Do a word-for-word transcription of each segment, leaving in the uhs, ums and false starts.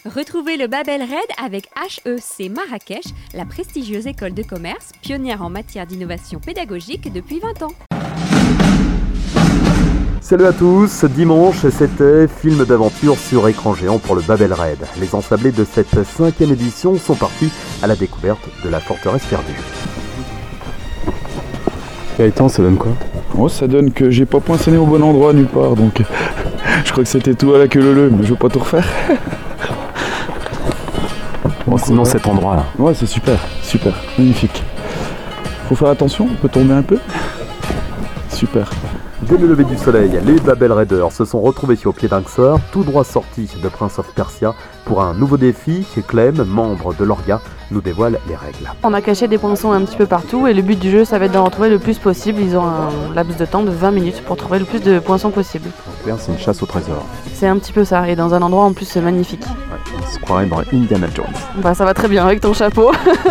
Retrouvez le Babel Red avec H E C Marrakech, la prestigieuse école de commerce, pionnière en matière d'innovation pédagogique depuis vingt ans. Salut à tous, dimanche c'était film d'aventure sur écran géant pour le Babel Red. Les ensablés de cette cinquième édition sont partis à la découverte de la forteresse perdue. Gaëtan, ça donne quoi? Oh, ça donne que j'ai pas poinçonné au bon endroit nulle part, donc je crois que c'était tout à la queue leu-leu, mais je veux pas tout refaire. Bon, sinon ouais. Cet endroit là. Ouais, c'est super, super, magnifique. Faut faire attention, on peut tomber un peu. Super. Dès le lever du soleil, les Babel Raiders se sont retrouvés au pied d'un Xor, tout droit sorti de Prince of Persia, pour un nouveau défi. Clem, membre de l'Orga, nous dévoile les règles. On a caché des poinçons un petit peu partout et le but du jeu, ça va être d'en retrouver le plus possible. Ils ont un laps de temps de vingt minutes pour trouver le plus de poinçons possible. Donc c'est une chasse au trésor. C'est un petit peu ça, et dans un endroit en plus magnifique. Ouais, on se croirait dans Indiana Jones. Bah ça va très bien avec ton chapeau.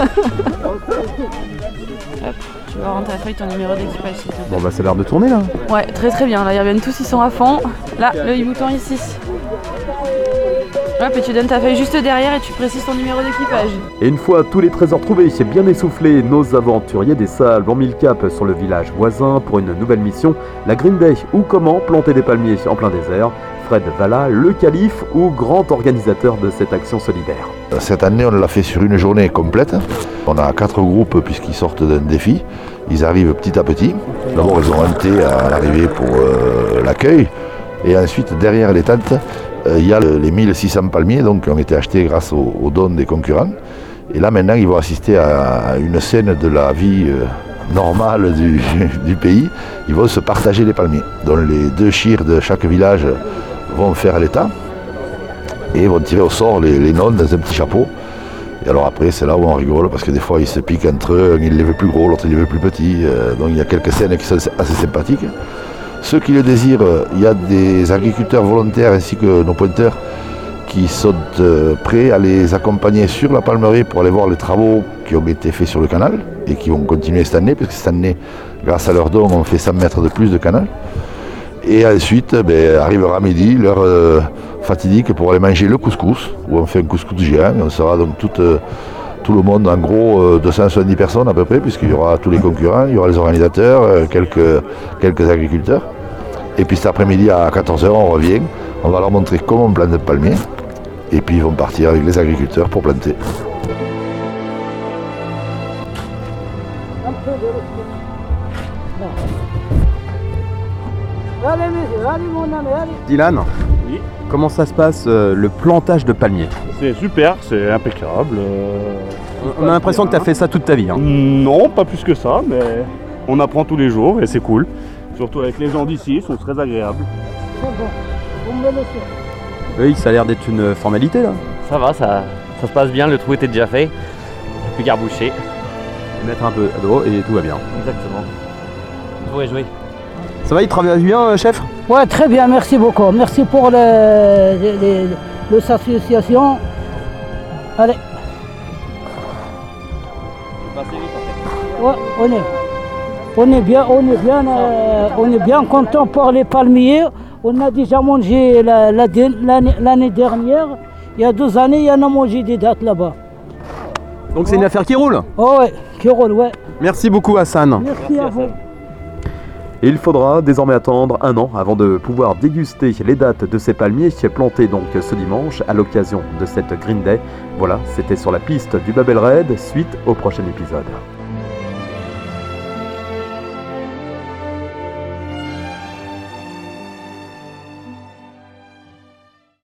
Tu vas rentrer à feuille ton numéro d'équipage s'il te plaît. Bon bah ça a l'air de tourner là. Ouais, très très bien, là ils reviennent tous, ils sont à fond. Là, le bouton ici. Hop, et tu donnes ta feuille juste derrière et tu précises ton numéro d'équipage. Et une fois tous les trésors trouvés et bien essoufflés, nos aventuriers des salles ont mis le cap sur le village voisin pour une nouvelle mission, la Green Day, ou comment planter des palmiers en plein désert. Fred Valla, le calife ou grand organisateur de cette action solidaire. Cette année, on l'a fait sur une journée complète. On a quatre groupes puisqu'ils sortent d'un défi. Ils arrivent petit à petit. D'abord, ils ont un thé à l'arrivée pour euh, l'accueil. Et ensuite, derrière les tentes, euh, il y a le, les mille six cents palmiers donc, qui ont été achetés grâce aux, aux dons des concurrents. Et là, maintenant, ils vont assister à une scène de la vie euh, normale du, du pays. Ils vont se partager les palmiers. Donc, les deux chirs de chaque village vont faire l'état et vont tirer au sort les, les nonnes dans un petit chapeau. Et alors après, c'est là où on rigole, parce que des fois, ils se piquent entre eux, il les veut plus gros, l'autre il les veut plus petits. Euh, donc il y a quelques scènes qui sont assez sympathiques. Ceux qui le désirent, il y a des agriculteurs volontaires ainsi que nos pointeurs qui sont euh, prêts à les accompagner sur la palmerie pour aller voir les travaux qui ont été faits sur le canal et qui vont continuer cette année, parce que cette année, grâce à leurs dons, on fait cent mètres de plus de canal. Et ensuite, ben, arrivera midi, l'heure euh, fatidique pour aller manger le couscous, où on fait un couscous géant. On sera donc tout, euh, tout le monde, en gros, euh, deux cent soixante-dix personnes à peu près, puisqu'il y aura tous les concurrents, il y aura les organisateurs, euh, quelques, quelques agriculteurs. Et puis cet après-midi à quatorze heures, on revient, on va leur montrer comment on plante le palmier. Et puis ils vont partir avec les agriculteurs pour planter. Dylan, oui. Comment ça se passe euh, le plantage de palmiers? C'est super, c'est impeccable. Euh, on a l'impression que tu as fait ça toute ta vie. Hein. Non, pas plus que ça, mais on apprend tous les jours et c'est cool. Surtout avec les gens d'ici, ils sont très agréables. Oui, ça a l'air d'être une formalité là. Ça va, ça, ça se passe bien, le trou était déjà fait. Plus qu'à reboucher. Et mettre un peu d'eau et tout va bien. Exactement. Tout est joué. Ça va, il travaille bien, chef? Ouais, très bien, merci beaucoup. Merci pour l'association. Allez. Ouais, on est, on est bien, on est bien, euh, on est bien content pour les palmiers. On a déjà mangé la, la, l'année, l'année dernière. Il y a deux années, il y en a mangé des dates là-bas. Donc c'est une affaire qui roule? Oh ouais, qui roule, ouais. Merci beaucoup, Hassan. Merci, Merci à vous. Hassan. Et il faudra désormais attendre un an avant de pouvoir déguster les dates de ces palmiers plantés donc ce dimanche à l'occasion de cette Green Day. Voilà, c'était sur la piste du Babel Red, suite au prochain épisode.